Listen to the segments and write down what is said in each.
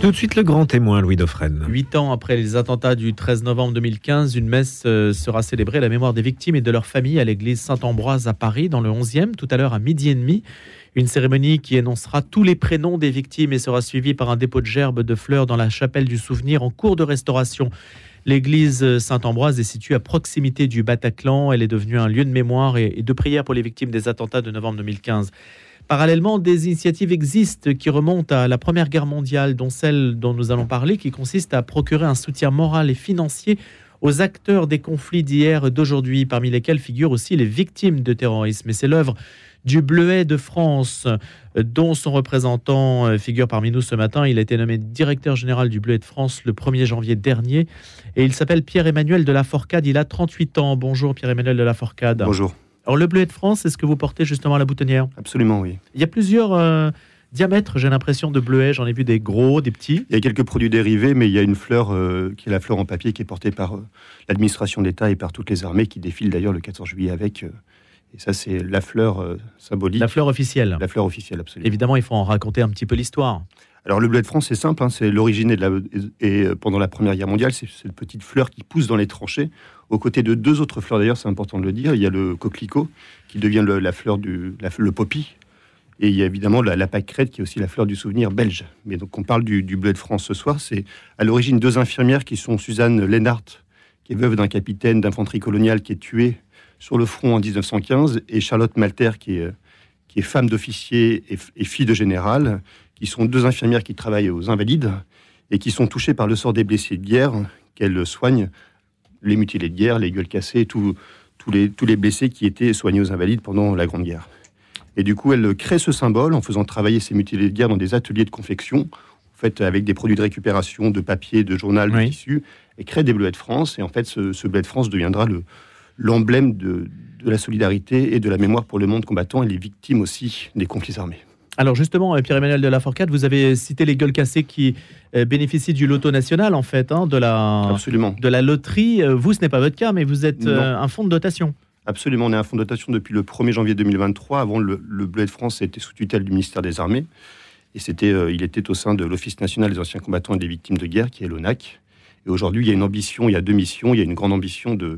Tout de suite, le grand témoin, Louis Dauphren. 8 ans après les attentats du 13 novembre 2015, une messe sera célébrée à la mémoire des victimes et de leurs familles à l'église Saint-Ambroise à Paris, dans le 11e, tout à l'heure à 12h30. Une cérémonie qui énoncera tous les prénoms des victimes et sera suivie par un dépôt de gerbes de fleurs dans la chapelle du souvenir en cours de restauration. L'église Saint-Ambroise est située à proximité du Bataclan. Elle est devenue un lieu de mémoire et de prière pour les victimes des attentats de novembre 2015. Parallèlement, des initiatives existent qui remontent à la Première Guerre mondiale, dont celle dont nous allons parler, qui consiste à procurer un soutien moral et financier aux acteurs des conflits d'hier et d'aujourd'hui, parmi lesquels figurent aussi les victimes de terrorisme. Et c'est l'œuvre du Bleuet de France, dont son représentant figure parmi nous ce matin. Il a été nommé directeur général du Bleuet de France le 1er janvier dernier. Et il s'appelle Pierre-Emmanuel de la Forcade. Il a 38 ans. Bonjour Pierre-Emmanuel de la Forcade. Bonjour. Alors le Bleuet de France, c'est ce que vous portez justement à la boutonnière ? Absolument, oui. Il y a plusieurs diamètres, j'ai l'impression, de bleuets. J'en ai vu des gros, des petits. Il y a quelques produits dérivés, mais il y a une fleur qui est la fleur en papier qui est portée par l'administration d'État et par toutes les armées qui défilent d'ailleurs le 14 juillet avec. Et ça, c'est la fleur symbolique. La fleur officielle. La fleur officielle, absolument. Évidemment, il faut en raconter un petit peu l'histoire. Alors le Bleuet de France, c'est simple, c'est l'origine et pendant la Première Guerre mondiale, c'est cette petite fleur qui pousse dans les tranchées, aux côtés de deux autres fleurs d'ailleurs, c'est important de le dire. Il y a le coquelicot, qui devient la fleur le poppy, et il y a évidemment la pâquerette, qui est aussi la fleur du souvenir belge. Mais donc on parle du Bleuet de France ce soir, c'est à l'origine deux infirmières qui sont Suzanne Lennart, qui est veuve d'un capitaine d'infanterie coloniale qui est tué sur le front en 1915, et Charlotte Malter, qui est femme d'officier et fille de général, qui sont deux infirmières qui travaillent aux Invalides et qui sont touchées par le sort des blessés de guerre, qu'elles soignent, les mutilés de guerre, les gueules cassées, tous les blessés qui étaient soignés aux Invalides pendant la Grande Guerre. Et du coup, elles créent ce symbole en faisant travailler ces mutilés de guerre dans des ateliers de confection, en fait, avec des produits de récupération, de papier, de journal, de tissu, et créent des Bleuets de France. Et en fait, ce Bleuet de France deviendra l'emblème de la solidarité et de la mémoire pour le monde combattant et les victimes aussi des conflits armés. Alors justement, Pierre-Emmanuel de la Forcade, vous avez cité les gueules cassées qui bénéficient du loto national, en fait, Absolument. De la loterie. Vous, ce n'est pas votre cas, mais vous êtes un fonds de dotation. Absolument, on est un fonds de dotation depuis le 1er janvier 2023. Avant, le Bleuet de France était sous tutelle du ministère des Armées. Et il était au sein de l'Office national des anciens combattants et des victimes de guerre, qui est l'ONAC. Et aujourd'hui, il y a une ambition, il y a deux missions. Il y a une grande ambition de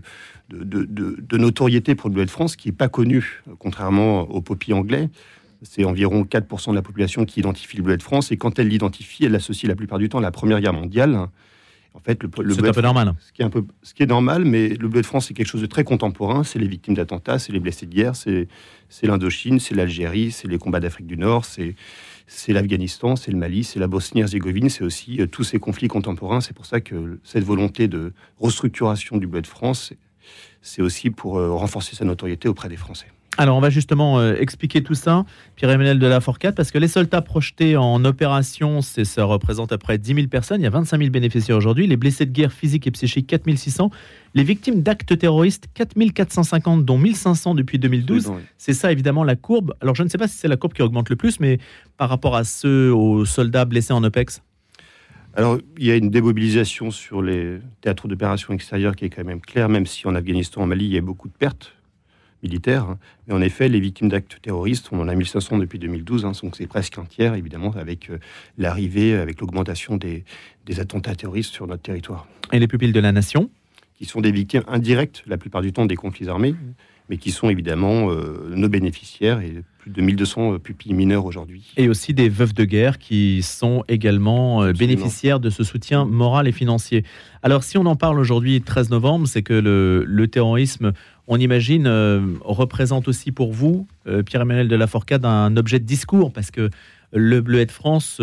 notoriété pour le Bleuet de France, qui n'est pas connu, contrairement au poppy anglais. C'est environ 4% de la population qui identifie le Bleuet de France. Et quand elle l'identifie, elle l'associe la plupart du temps à la Première Guerre mondiale. En fait, c'est un peu normal. Ce qui est normal, mais le Bleuet de France, c'est quelque chose de très contemporain. C'est les victimes d'attentats, c'est les blessés de guerre, c'est l'Indochine, c'est l'Algérie, c'est les combats d'Afrique du Nord, c'est l'Afghanistan, c'est le Mali, c'est la Bosnie-Herzégovine, c'est aussi tous ces conflits contemporains. C'est pour ça que cette volonté de restructuration du Bleuet de France, c'est aussi pour renforcer sa notoriété auprès des Français. Alors, on va justement expliquer tout ça, Pierre-Emmanuel de la Forcade, parce que les soldats projetés en opération, ça représente à près 10 000 personnes. Il y a 25 000 bénéficiaires aujourd'hui. Les blessés de guerre physiques et psychiques, 4 600. Les victimes d'actes terroristes, 4 450, dont 1 500 depuis 2012. Oui. C'est ça, évidemment, la courbe. Alors, je ne sais pas si c'est la courbe qui augmente le plus, mais par rapport à aux soldats blessés en OPEX. Alors, il y a une démobilisation sur les théâtres d'opération extérieurs qui est quand même claire, même si en Afghanistan, en Mali, il y a beaucoup de pertes militaires. Mais en effet, les victimes d'actes terroristes, on en a 1500 depuis 2012, donc c'est presque un tiers, évidemment, avec l'arrivée, avec l'augmentation des attentats terroristes sur notre territoire. Et les pupilles de la nation ? Qui sont des victimes indirectes, la plupart du temps, des conflits armés, mais qui sont évidemment nos bénéficiaires, et plus de 1200 pupilles mineures aujourd'hui. Et aussi des veuves de guerre qui sont également bénéficiaires de ce soutien moral et financier. Alors, si on en parle aujourd'hui, 13 novembre, c'est que le terrorisme, on imagine, représente aussi pour vous, Pierre-Emmanuel de la Forcade, un objet de discours, parce que le Bleuet de France,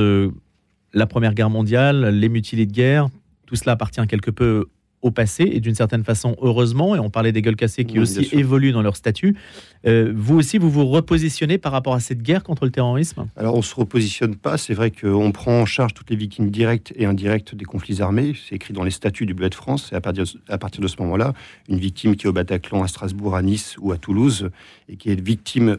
la Première Guerre mondiale, les mutilés de guerre, tout cela appartient quelque peu au passé, et d'une certaine façon, heureusement, et on parlait des gueules cassées qui aussi évoluent dans leur statut. Vous aussi, vous vous repositionnez par rapport à cette guerre contre le terrorisme ? Alors, on ne se repositionne pas. C'est vrai qu'on prend en charge toutes les victimes directes et indirectes des conflits armés. C'est écrit dans les statuts du Bleuet de France. Et à partir de ce moment-là, une victime qui est au Bataclan, à Strasbourg, à Nice ou à Toulouse, et qui est victime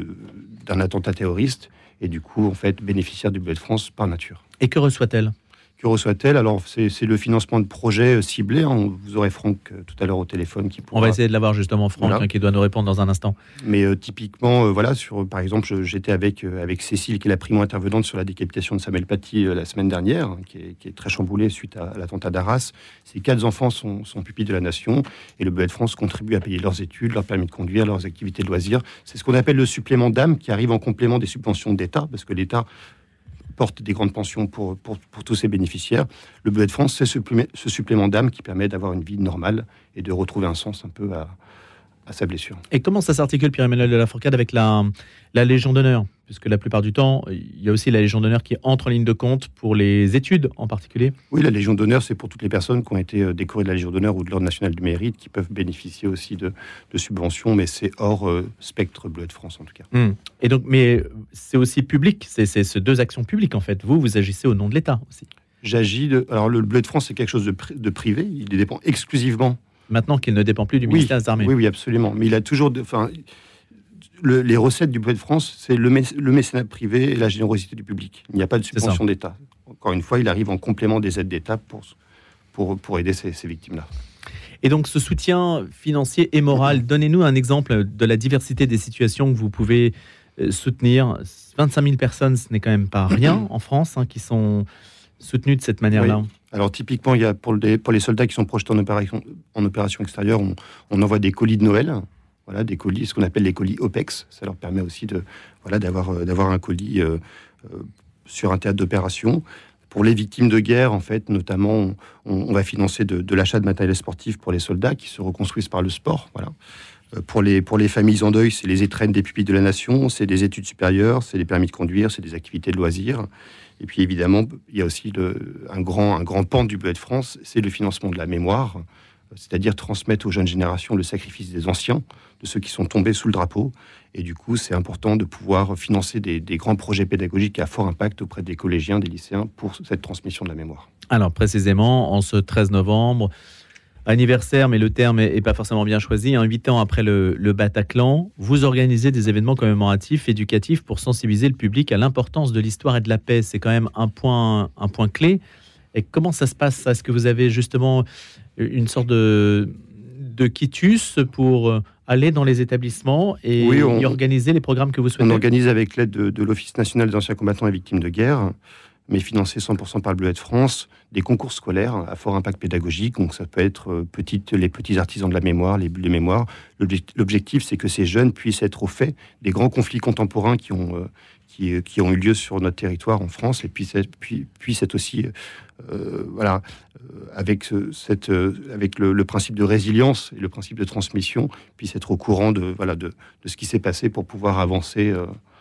d'un attentat terroriste, et du coup, en fait, bénéficiaire du Bleuet de France par nature. Et que reçoit-elle ? Que reçoit-elle? Alors, c'est le financement de projets ciblés. Hein. Vous aurez Franck tout à l'heure au téléphone qui pourra... On va essayer de l'avoir justement, Franck, Voilà. qui doit nous répondre dans un instant. Mais typiquement, par exemple, j'étais avec Cécile, qui est la primo-intervenante sur la décapitation de Samuel Paty la semaine dernière, hein, qui est très chamboulée suite à l'attentat d'Arras. Ces 4 enfants sont pupilles de la nation, et le Bleuet de France contribue à payer leurs études, leur permis de conduire, leurs activités de loisirs. C'est ce qu'on appelle le supplément d'âme, qui arrive en complément des subventions d'État, parce que l'État porte des grandes pensions pour tous ses bénéficiaires. Le Bleuet de France, c'est ce supplément d'âme qui permet d'avoir une vie normale et de retrouver un sens un peu à sa blessure. Et comment ça s'articule, Pierre-Emmanuel de la Fourcade, avec la Légion d'honneur? Puisque la plupart du temps, il y a aussi la Légion d'honneur qui entre en ligne de compte pour les études en particulier. Oui, la Légion d'honneur, c'est pour toutes les personnes qui ont été décorées de la Légion d'honneur ou de l'Ordre national du mérite, qui peuvent bénéficier aussi de subventions, mais c'est hors spectre Bleuet de France en tout cas. Et donc, mais c'est aussi public, c'est ces 2 actions publiques en fait. Vous agissez au nom de l'État aussi. J'agis. Alors le Bleuet de France, c'est quelque chose de privé. Il dépend exclusivement. Maintenant qu'il ne dépend plus du ministère des Armées. Oui, absolument. Mais il a toujours... les recettes du Bleuet de France, c'est le mécénat privé et la générosité du public. Il n'y a pas de subvention d'État. Encore une fois, il arrive en complément des aides d'État pour aider ces victimes-là. Et donc, ce soutien financier et moral, donnez-nous un exemple de la diversité des situations que vous pouvez soutenir. 25 000 personnes, ce n'est quand même pas rien en France, hein, qui sont soutenues de cette manière-là. Oui. Alors typiquement, il y a pour les soldats qui sont projetés en opération extérieure, on envoie des colis de Noël. Voilà, des colis, ce qu'on appelle les colis OPEX. Ça leur permet aussi d'avoir un colis sur un théâtre d'opération. Pour les victimes de guerre, en fait, notamment, on va financer de l'achat de matériel sportif pour les soldats qui se reconstruisent par le sport. Voilà. Pour les familles en deuil, c'est les étrennes des pupilles de la nation, c'est des études supérieures, c'est des permis de conduire, c'est des activités de loisirs. Et puis évidemment, il y a aussi un grand pan du Bleuet de France, c'est le financement de la mémoire, c'est-à-dire transmettre aux jeunes générations le sacrifice des anciens, de ceux qui sont tombés sous le drapeau. Et du coup, c'est important de pouvoir financer des grands projets pédagogiques à fort impact auprès des collégiens, des lycéens, pour cette transmission de la mémoire. Alors précisément, en ce 13 novembre, anniversaire, mais le terme n'est pas forcément bien choisi, 8 ans après le Bataclan, vous organisez des événements commémoratifs, éducatifs, pour sensibiliser le public à l'importance de l'histoire et de la paix. C'est quand même un point clé. Et comment ça se passe? Est-ce que vous avez justement une sorte de quitus pour aller dans les établissements et y organiser les programmes que vous souhaitez? On organise avec l'aide de l'Office national des anciens combattants et victimes de guerre, mais financé 100% par le Bleuet de France, des concours scolaires à fort impact pédagogique. Donc ça peut être les petits artisans de la mémoire, les bulles de mémoire. L'objectif, c'est que ces jeunes puissent être au fait des grands conflits contemporains qui ont eu lieu sur notre territoire en France, et puissent être aussi avec le principe de résilience et le principe de transmission, puissent être au courant de ce qui s'est passé pour pouvoir avancer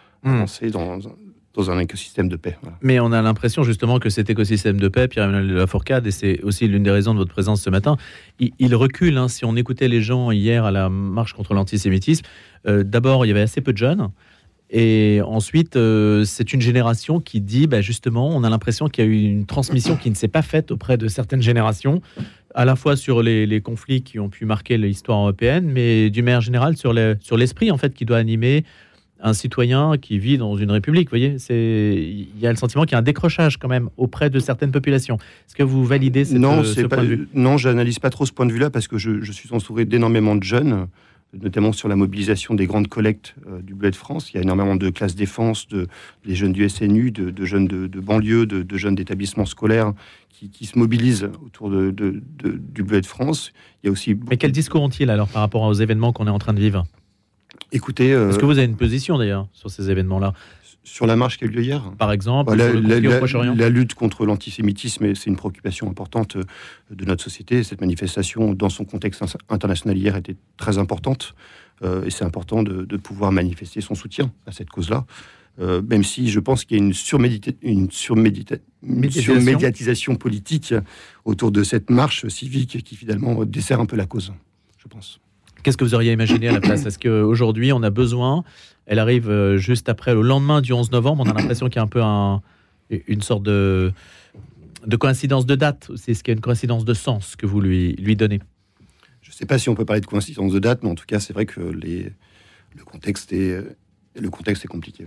dans un écosystème de paix. Voilà. Mais on a l'impression justement que cet écosystème de paix, Pierre-Emmanuel de la Fourcade, et c'est aussi l'une des raisons de votre présence ce matin, il recule. Si on écoutait les gens hier à la marche contre l'antisémitisme, d'abord il y avait assez peu de jeunes, et ensuite c'est une génération qui dit justement, on a l'impression qu'il y a eu une transmission qui ne s'est pas faite auprès de certaines générations, à la fois sur les conflits qui ont pu marquer l'histoire européenne, mais d'une manière générale sur l'esprit en fait qui doit animer un citoyen qui vit dans une république. Vous voyez, il y a le sentiment qu'il y a un décrochage quand même auprès de certaines populations. Est-ce que vous validez ce point de vue? Non, je n'analyse pas trop ce point de vue-là, parce que je suis entouré d'énormément de jeunes, notamment sur la mobilisation des grandes collectes du Bleuet de France. Il y a énormément de classes défense, des jeunes du SNU, de jeunes de banlieue, de jeunes d'établissements scolaires qui se mobilisent autour du Bleuet de France. Il y a aussi... Mais quel discours ont-ils alors par rapport aux événements qu'on est en train de vivre? Écoutez... Est-ce que vous avez une position d'ailleurs sur ces événements-là? Sur la marche qui a eu lieu hier, par exemple, la lutte contre l'antisémitisme, c'est une préoccupation importante de notre société. Cette manifestation, dans son contexte international hier, était très importante. Et c'est important de pouvoir manifester son soutien à cette cause-là. Même si je pense qu'il y a une surmédiatisation politique autour de cette marche civique qui finalement dessert un peu la cause, je pense. Qu'est-ce que vous auriez imaginé à la place? Est-ce qu'aujourd'hui, on a besoin... Elle arrive juste après, le lendemain du 11 novembre. On a l'impression qu'il y a un peu une sorte de coïncidence de date. C'est ce qu'il y a une coïncidence de sens que vous lui donnez. Je ne sais pas si on peut parler de coïncidence de date, mais en tout cas, c'est vrai que le contexte est compliqué.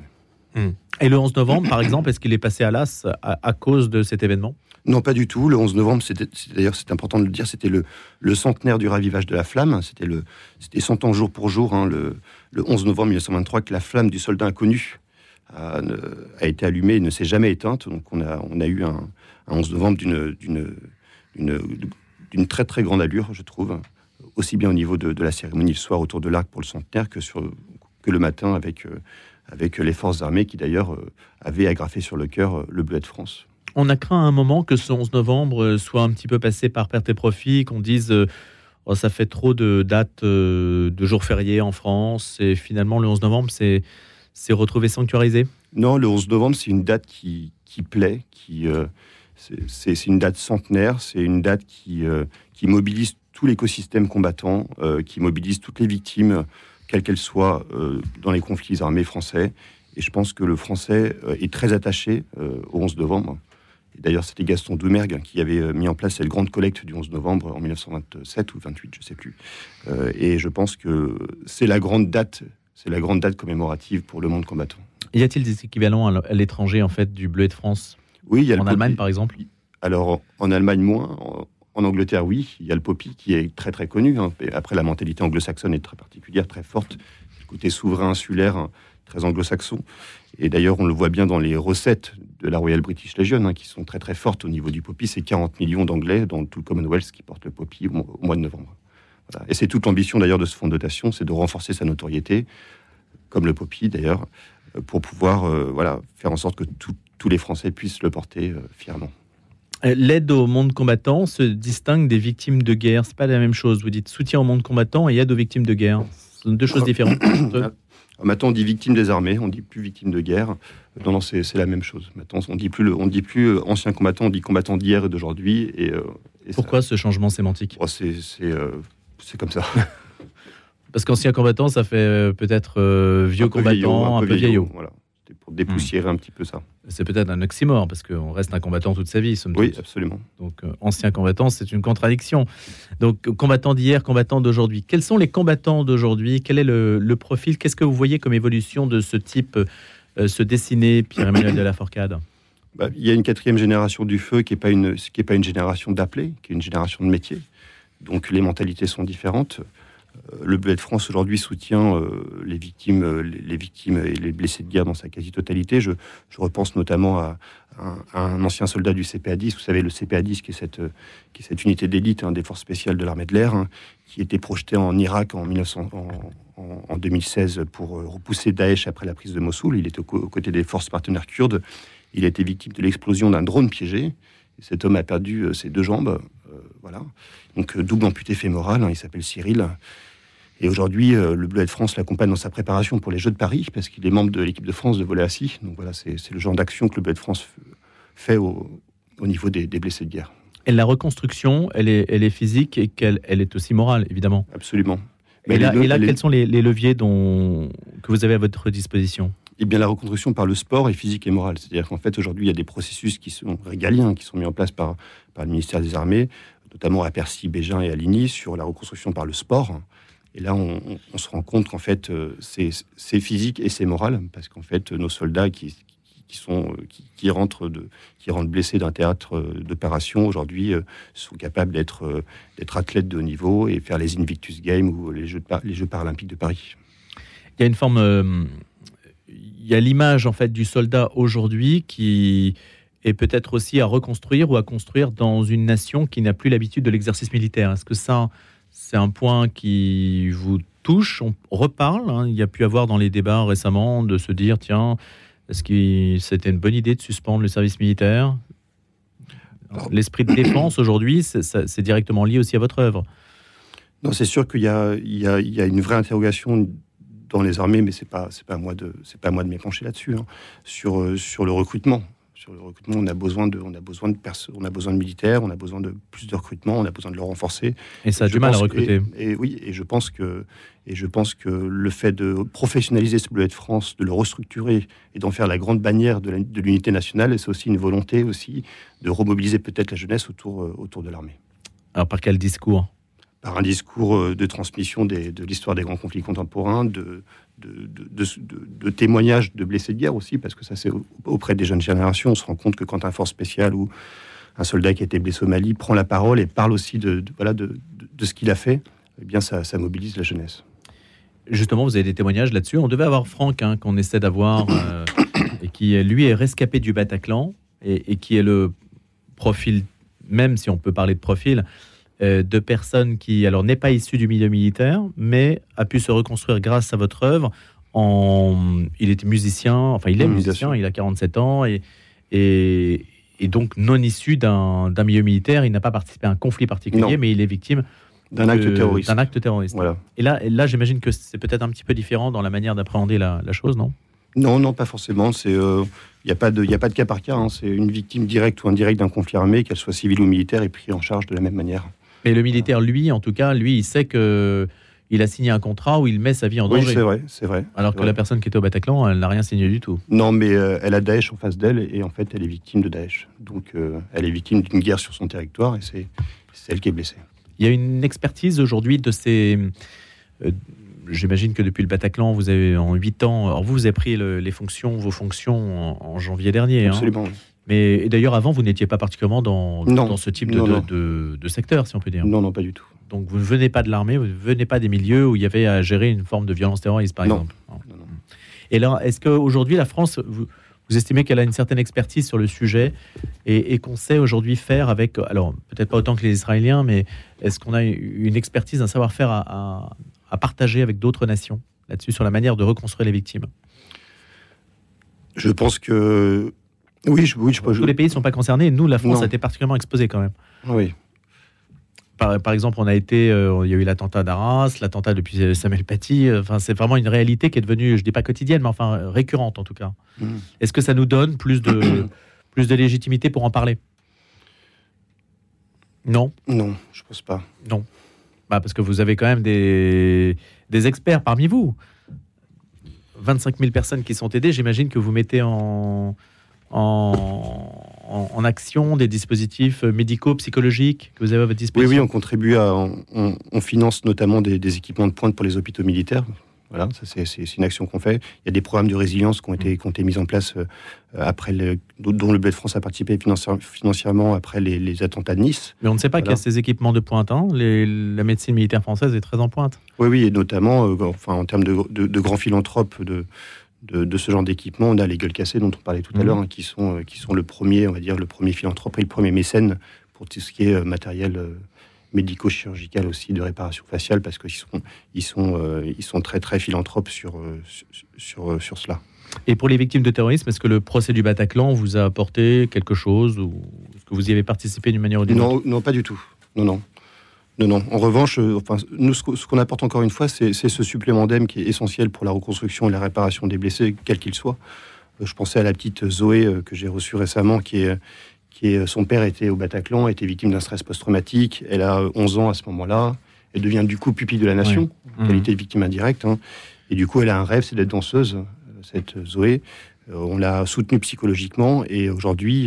Et le 11 novembre, par exemple, est-ce qu'il est passé à l'as à cause de cet événement ? Non, pas du tout. Le 11 novembre, d'ailleurs, c'est important de le dire, c'était le centenaire du ravivage de la flamme. C'était 100 ans jour pour jour, le 11 novembre 1923, que la flamme du soldat inconnu a été allumée et ne s'est jamais éteinte. Donc on a eu un 11 novembre d'une très très grande allure, je trouve, aussi bien au niveau de la cérémonie le soir autour de l'arc pour le centenaire que le matin avec les forces armées qui d'ailleurs avaient agrafé sur le cœur le bleuet de France. On a craint à un moment que ce 11 novembre soit un petit peu passé par perte et profit, qu'on dise ça fait trop de dates de jours fériés en France, et finalement le 11 novembre c'est retrouvé sanctuarisé. Non, le 11 novembre c'est une date qui plaît, c'est une date centenaire, c'est une date qui mobilise tout l'écosystème combattant, qui mobilise toutes les victimes, quelles qu'elles soient, dans les conflits armés français. Et je pense que le Français est très attaché au 11 novembre. Et d'ailleurs, c'était Gaston Doumergue qui avait mis en place cette grande collecte du 11 novembre en 1927 ou 28, je ne sais plus. Et je pense que c'est la grande date commémorative pour le monde combattant. Y a-t-il des équivalents à l'étranger en fait du bleuet de France ? Oui, il y a en Allemagne par exemple. Alors en Allemagne moins. En Angleterre, oui, il y a le poppy qui est très très connu. Après, la mentalité anglo-saxonne est très particulière, très forte. Le côté souverain insulaire, très anglo-saxon. Et d'ailleurs, on le voit bien dans les recettes de la Royal British Legion, qui sont très très fortes au niveau du poppy. C'est 40 millions d'Anglais dans tout le Commonwealth qui portent le poppy au mois de novembre. Voilà. Et c'est toute l'ambition d'ailleurs de ce fonds de dotation, c'est de renforcer sa notoriété, comme le poppy d'ailleurs, pour pouvoir faire en sorte que tous les Français puissent le porter fièrement. L'aide au monde combattant se distingue des victimes de guerre. C'est pas la même chose. Vous dites soutien au monde combattant et aide aux victimes de guerre. Ce sont deux choses différentes. Maintenant, on dit victime des armées, on dit plus victime de guerre. Non, c'est la même chose. Maintenant, on dit plus ancien combattant, on dit combattant d'hier et d'aujourd'hui. Et pourquoi ce changement sémantique ? C'est comme ça. Parce qu'ancien combattant, ça fait peut-être vieux combattant, un peu vieillot. Voilà. C'était pour dépoussiérer un petit peu ça. C'est peut-être un oxymore, parce qu'on reste un combattant toute sa vie, somme toute. Oui, absolument. Donc, ancien combattant, c'est une contradiction. Donc, combattant d'hier, combattant d'aujourd'hui. Quels sont les combattants d'aujourd'hui ? Quel est le profil ? Qu'est-ce que vous voyez comme évolution de ce type se dessiner, Pierre-Emmanuel de la Forcade ? Il y a une 4e génération du feu qui n'est pas une génération d'appelés, qui est une génération de métiers. Donc, les mentalités sont différentes. Le bleuet de France aujourd'hui soutient les victimes et les blessés de guerre dans sa quasi-totalité. Je repense notamment à un ancien soldat du CPA-10, vous savez, le CPA-10 qui est cette unité d'élite des forces spéciales de l'armée de l'air, qui était projetée en Irak en 2016 pour repousser Daesh après la prise de Mossoul. Il était aux côtés des forces partenaires kurdes. Il a été victime de l'explosion d'un drone piégé. Et cet homme a perdu ses 2 jambes. Voilà. Donc double amputé fémoral, il s'appelle Cyril. Et aujourd'hui, le bleuet de France l'accompagne dans sa préparation pour les Jeux de Paris, parce qu'il est membre de l'équipe de France de volley assis. Donc voilà, c'est le genre d'action que le bleuet de France fait au niveau des blessés de guerre. Et la reconstruction, elle est physique et elle est aussi morale, évidemment. Absolument. Mais quels sont les leviers que vous avez à votre disposition ? Eh bien, la reconstruction par le sport est physique et morale. C'est-à-dire qu'en fait, aujourd'hui, il y a des processus qui sont régaliens, qui sont mis en place par le ministère des Armées, notamment à Percy, Bégin et à Ligny, sur la reconstruction par le sport. Et là, on se rend compte qu'en fait, c'est physique et c'est moral, parce qu'en fait, nos soldats qui rentrent blessés d'un théâtre d'opération, aujourd'hui, sont capables d'être athlètes de haut niveau et faire les Invictus Games ou les Jeux paralympiques de Paris. Il y a une forme... il y a l'image en fait du soldat aujourd'hui qui est peut-être aussi à reconstruire ou à construire dans une nation qui n'a plus l'habitude de l'exercice militaire. Est-ce que ça, c'est un point qui vous touche ? On reparle, il y a pu avoir dans les débats récemment de se dire, tiens, est-ce que c'était une bonne idée de suspendre le service militaire ? L'esprit de défense aujourd'hui, c'est directement lié aussi à votre œuvre. Non, c'est sûr qu'il y a une vraie interrogation dans les armées, mais c'est pas à moi de m'épancher là-dessus. Sur le recrutement. Sur le recrutement, on a besoin de militaires, on a besoin de plus de recrutement, on a besoin de le renforcer. Et ça a du mal à recruter. Et je pense que le fait de professionnaliser ce bleuet de France, de le restructurer et d'en faire la grande bannière de l'unité nationale, c'est aussi une volonté aussi de remobiliser peut-être la jeunesse autour de l'armée. Alors par quel discours ? par un discours de transmission de l'histoire des grands conflits contemporains, de témoignages de blessés de guerre aussi, parce que ça, c'est auprès des jeunes générations. On se rend compte que quand un force spécial ou un soldat qui a été blessé au Mali prend la parole et parle aussi de ce qu'il a fait, eh bien, ça mobilise la jeunesse. Justement, vous avez des témoignages là-dessus. On devait avoir Franck, qu'on essaie d'avoir, et qui, lui, est rescapé du Bataclan, et qui est le profil, même si on peut parler de profil, de personnes qui, alors, n'est pas issu du milieu militaire, mais a pu se reconstruire grâce à votre œuvre. Il était musicien, enfin, il est musicien, il a 47 ans, et donc non issu d'un milieu militaire. Il n'a pas participé à un conflit particulier, mais il est victime d'un acte terroriste. Voilà. Et là, j'imagine que c'est peut-être un petit peu différent dans la manière d'appréhender la chose, non ? Non, pas forcément. Il n'y a pas de cas par cas. C'est une victime directe ou indirecte d'un conflit armé, qu'elle soit civile ou militaire, est prise en charge de la même manière. Mais le militaire, lui, en tout cas, il sait que il a signé un contrat où il met sa vie en danger. Oui, c'est vrai. Alors que la personne qui était au Bataclan, elle n'a rien signé du tout. Non, mais elle a Daesh en face d'elle, et en fait, elle est victime de Daesh. Donc, elle est victime d'une guerre sur son territoire, et c'est elle qui est blessée. Il y a une expertise aujourd'hui de ces... j'imagine que depuis le Bataclan, vous avez en 8 ans... Alors vous avez pris vos fonctions en janvier dernier. Absolument. Mais d'ailleurs, avant, vous n'étiez pas particulièrement dans ce type de secteur, si on peut dire. Non, pas du tout. Donc vous ne venez pas de l'armée, vous ne venez pas des milieux où il y avait à gérer une forme de violence terroriste, par exemple. Non. Et là, est-ce qu'aujourd'hui, la France... Vous estimez qu'elle a une certaine expertise sur le sujet et qu'on sait aujourd'hui faire avec, alors peut-être pas autant que les Israéliens, mais est-ce qu'on a une expertise, un savoir-faire à partager avec d'autres nations là-dessus, sur la manière de reconstruire les victimes ? Je pense que... Oui, je pense... Tous les pays ne sont pas concernés, et nous, la France, a été particulièrement exposée quand même. Oui. Par exemple, il y a eu l'attentat d'Arras, l'attentat depuis Samuel Paty. Enfin, c'est vraiment une réalité qui est devenue, je dis pas quotidienne, mais enfin récurrente en tout cas. Est-ce que ça nous donne plus de légitimité pour en parler ? Non, je pense pas. Non, parce que vous avez quand même des experts parmi vous. 25 000 personnes qui sont aidées. J'imagine que vous mettez en action des dispositifs médicaux, psychologiques que vous avez à votre disposition. Oui, on contribue on finance notamment des équipements de pointe pour les hôpitaux militaires. Voilà, ça c'est une action qu'on fait. Il y a des programmes de résilience qui ont été mis en place dont le Bled France a participé financièrement après les attentats de Nice. Mais on ne sait pas qu'il y a ces équipements de pointe. La médecine militaire française est très en pointe. Oui, et notamment, en termes de grands philanthropes de ce genre d'équipement, on a les Gueules Cassées dont on parlait tout à l'heure, qui sont le premier, on va dire, le premier philanthrope et le premier mécène pour tout ce qui est matériel médico-chirurgical aussi, de réparation faciale, parce qu'ils sont très très philanthropes sur cela. Et pour les victimes de terrorisme, est-ce que le procès du Bataclan vous a apporté quelque chose, ou est-ce que vous y avez participé d'une manière ou d'une autre ? Non, pas du tout. Non. En revanche, nous, ce qu'on apporte encore une fois, c'est ce supplément d'âme qui est essentiel pour la reconstruction et la réparation des blessés, quels qu'ils soient. Je pensais à la petite Zoé que j'ai reçue récemment, son père était au Bataclan, était victime d'un stress post-traumatique. Elle a 11 ans à ce moment-là. Elle devient du coup pupille de la nation, en qualité de victime indirecte. Et du coup, elle a un rêve, c'est d'être danseuse, cette Zoé. On l'a soutenue psychologiquement, et aujourd'hui,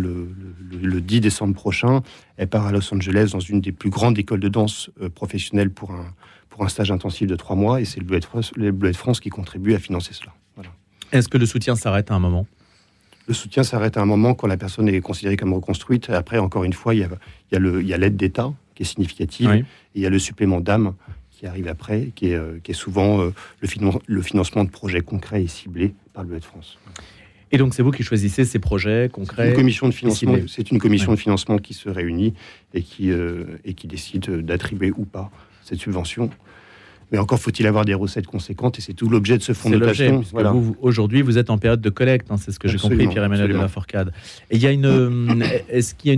le 10 décembre prochain, elle part à Los Angeles dans une des plus grandes écoles de danse professionnelles pour un stage intensif de 3 mois, et c'est le Bled France qui contribue à financer cela. Voilà. Est-ce que le soutien s'arrête à un moment ? Le soutien s'arrête à un moment quand la personne est considérée comme reconstruite. Après, encore une fois, il y a l'aide d'État qui est significative, et il y a le supplément d'âme qui arrive après, qui est souvent le financement de projets concrets et ciblés par le Bled France. Et donc, c'est vous qui choisissez ces projets concrets ? C'est une commission de financement qui se réunit et qui décide d'attribuer ou pas cette subvention. Mais encore faut-il avoir des recettes conséquentes, et c'est tout l'objet de ce fonds de dotation. Voilà. Aujourd'hui, vous êtes en période de collecte, c'est ce que j'ai compris, Pierre-Emmanuel de la Forcade. Et il y a est-ce qu'il y a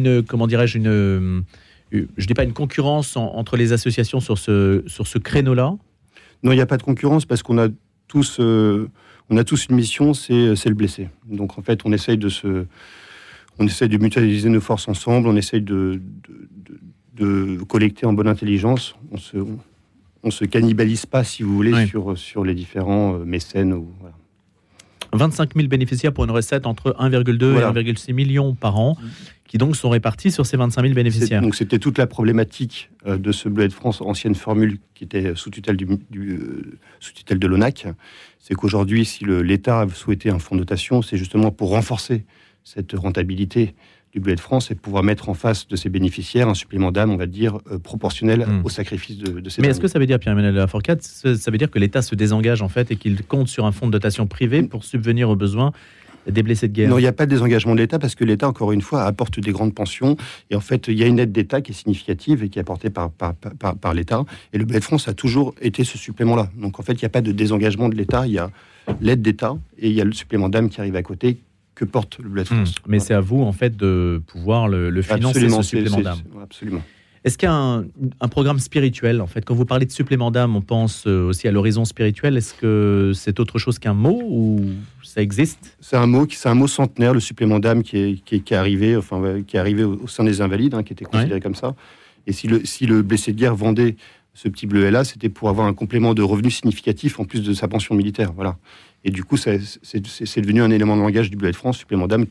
je dis pas une concurrence entre les associations sur ce créneau-là ? Non, il n'y a pas de concurrence, parce qu'on a tous une mission, c'est le blessé. Donc en fait, on essaye de mutualiser nos forces ensemble, on essaye de collecter en bonne intelligence. On se cannibalise pas, si vous voulez, sur les différents mécènes. Voilà. 25 000 bénéficiaires pour une recette entre 1,2 et 1,6 million par an, qui donc sont répartis sur ces 25 000 bénéficiaires. Donc c'était toute la problématique de ce Bleuet de France, ancienne formule qui était sous tutelle sous tutelle de l'ONAC. C'est qu'aujourd'hui, si l'État souhaitait un fonds de dotation, c'est justement pour renforcer cette rentabilité du Bleuet de France et pouvoir mettre en face de ses bénéficiaires un supplément d'âme, on va dire, proportionnel au sacrifice de ces. Mais est-ce que ça veut dire, Pierre-Emmanuel de la Forcade, ça veut dire que l'État se désengage en fait et qu'il compte sur un fonds de dotation privé pour subvenir aux besoins des blessés de guerre? Non, il n'y a pas de désengagement de l'État parce que l'État, encore une fois, apporte des grandes pensions et en fait, il y a une aide d'État qui est significative et qui est apportée par l'État. Et le Bleuet de France a toujours été ce supplément-là. Donc en fait, il n'y a pas de désengagement de l'État, il y a l'aide d'État et il y a le supplément d'âme qui arrive à côté que porte le Bleuet de France. Mais c'est à vous, en fait, de pouvoir le financer, ce supplément d'âme. Absolument. Est-ce qu'il y a un programme spirituel, en fait? Quand vous parlez de supplément d'âme, on pense aussi à l'horizon spirituel. Est-ce que c'est autre chose qu'un mot ou ça existe? C'est un mot centenaire, le supplément d'âme qui est arrivé, qui est arrivé au sein des Invalides, qui était considéré comme ça. Et si le blessé de guerre vendait ce petit bleuet-là, c'était pour avoir un complément de revenus significatif en plus de sa pension militaire. Voilà. Et du coup, c'est devenu un élément de langage du Bleuet de France, supplément d'âme,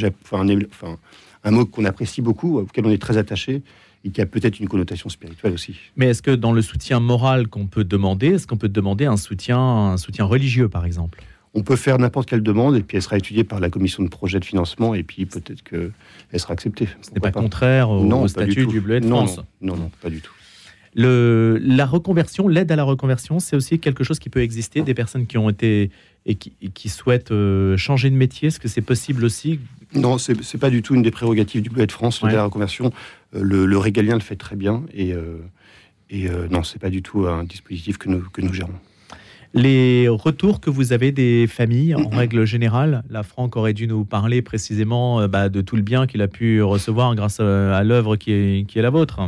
un mot qu'on apprécie beaucoup, auquel on est très attaché, et qui a peut-être une connotation spirituelle aussi. Mais est-ce que dans le soutien moral qu'on peut demander, est-ce qu'on peut demander un soutien religieux, par exemple? On peut faire n'importe quelle demande, et puis elle sera étudiée par la commission de projet de financement, et puis peut-être qu'elle sera acceptée. Ce n'est pas contraire au statut du Bleuet de France? Non, pas du tout. La reconversion, l'aide à la reconversion, c'est aussi quelque chose qui peut exister, des personnes qui ont été et qui souhaitent changer de métier. Est-ce que c'est possible aussi? Non, c'est pas du tout une des prérogatives du Bleuet de France, l'aide à la reconversion. Le régalien le fait très bien et non, c'est pas du tout un dispositif que nous gérons. Les retours que vous avez des familles, en règle générale, là, Franck aurait dû nous parler précisément de tout le bien qu'il a pu recevoir grâce à l'œuvre qui est la vôtre.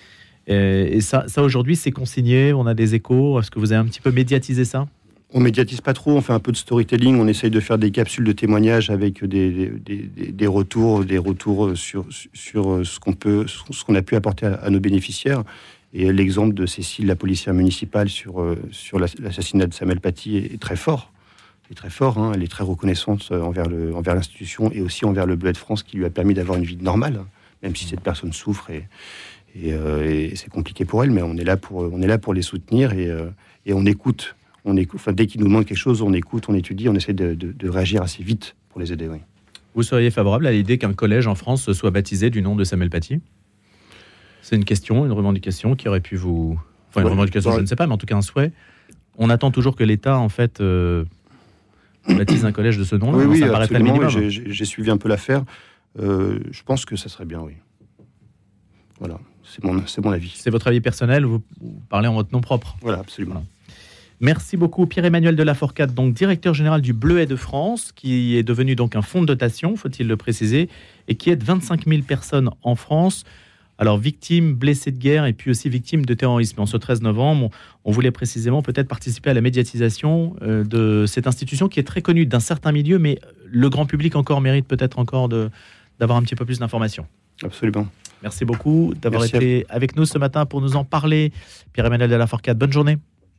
Et ça aujourd'hui, c'est consigné, on a des échos. Est-ce que vous avez un petit peu médiatisé ça? On médiatise pas trop, on fait un peu de storytelling, on essaye de faire des capsules de témoignages avec des retours sur ce qu'on a pu apporter à nos bénéficiaires. Et l'exemple de Cécile, la policière municipale, sur l'assassinat de Samuel Paty est très fort. Elle est très fort, elle est très reconnaissante envers l'institution et aussi envers le Bleuet de France qui lui a permis d'avoir une vie normale, même si cette personne souffre et c'est compliqué pour elle, mais on est là pour les soutenir et on écoute. Dès qu'ils nous demandent quelque chose, on écoute, on étudie, on essaie de réagir assez vite pour les aider. Oui. Vous seriez favorable à l'idée qu'un collège en France soit baptisé du nom de Samuel Paty? C'est une revendication qui aurait pu vous... Enfin, une revendication, je ne sais pas, mais en tout cas un souhait. On attend toujours que l'État, en fait, baptise un collège de ce nom-là. Oui, ça me paraîtrait le minimum. J'ai suivi un peu l'affaire. Je pense que ça serait bien, oui. Voilà, c'est mon avis. C'est votre avis personnel, vous parlez en votre nom propre. Voilà, absolument. Voilà. Merci beaucoup Pierre-Emmanuel de la Forcade, donc directeur général du Bleuet de France, qui est devenu donc un fonds de dotation, faut-il le préciser, et qui aide 25 000 personnes en France. Alors victimes, blessés de guerre et puis aussi victimes de terrorisme. En ce 13 novembre, on voulait précisément peut-être participer à la médiatisation de cette institution qui est très connue d'un certain milieu, mais le grand public mérite peut-être encore d'avoir un petit peu plus d'informations. Absolument. Merci beaucoup d'avoir été avec nous ce matin pour nous en parler. Pierre-Emmanuel de la Forcade, bonne journée.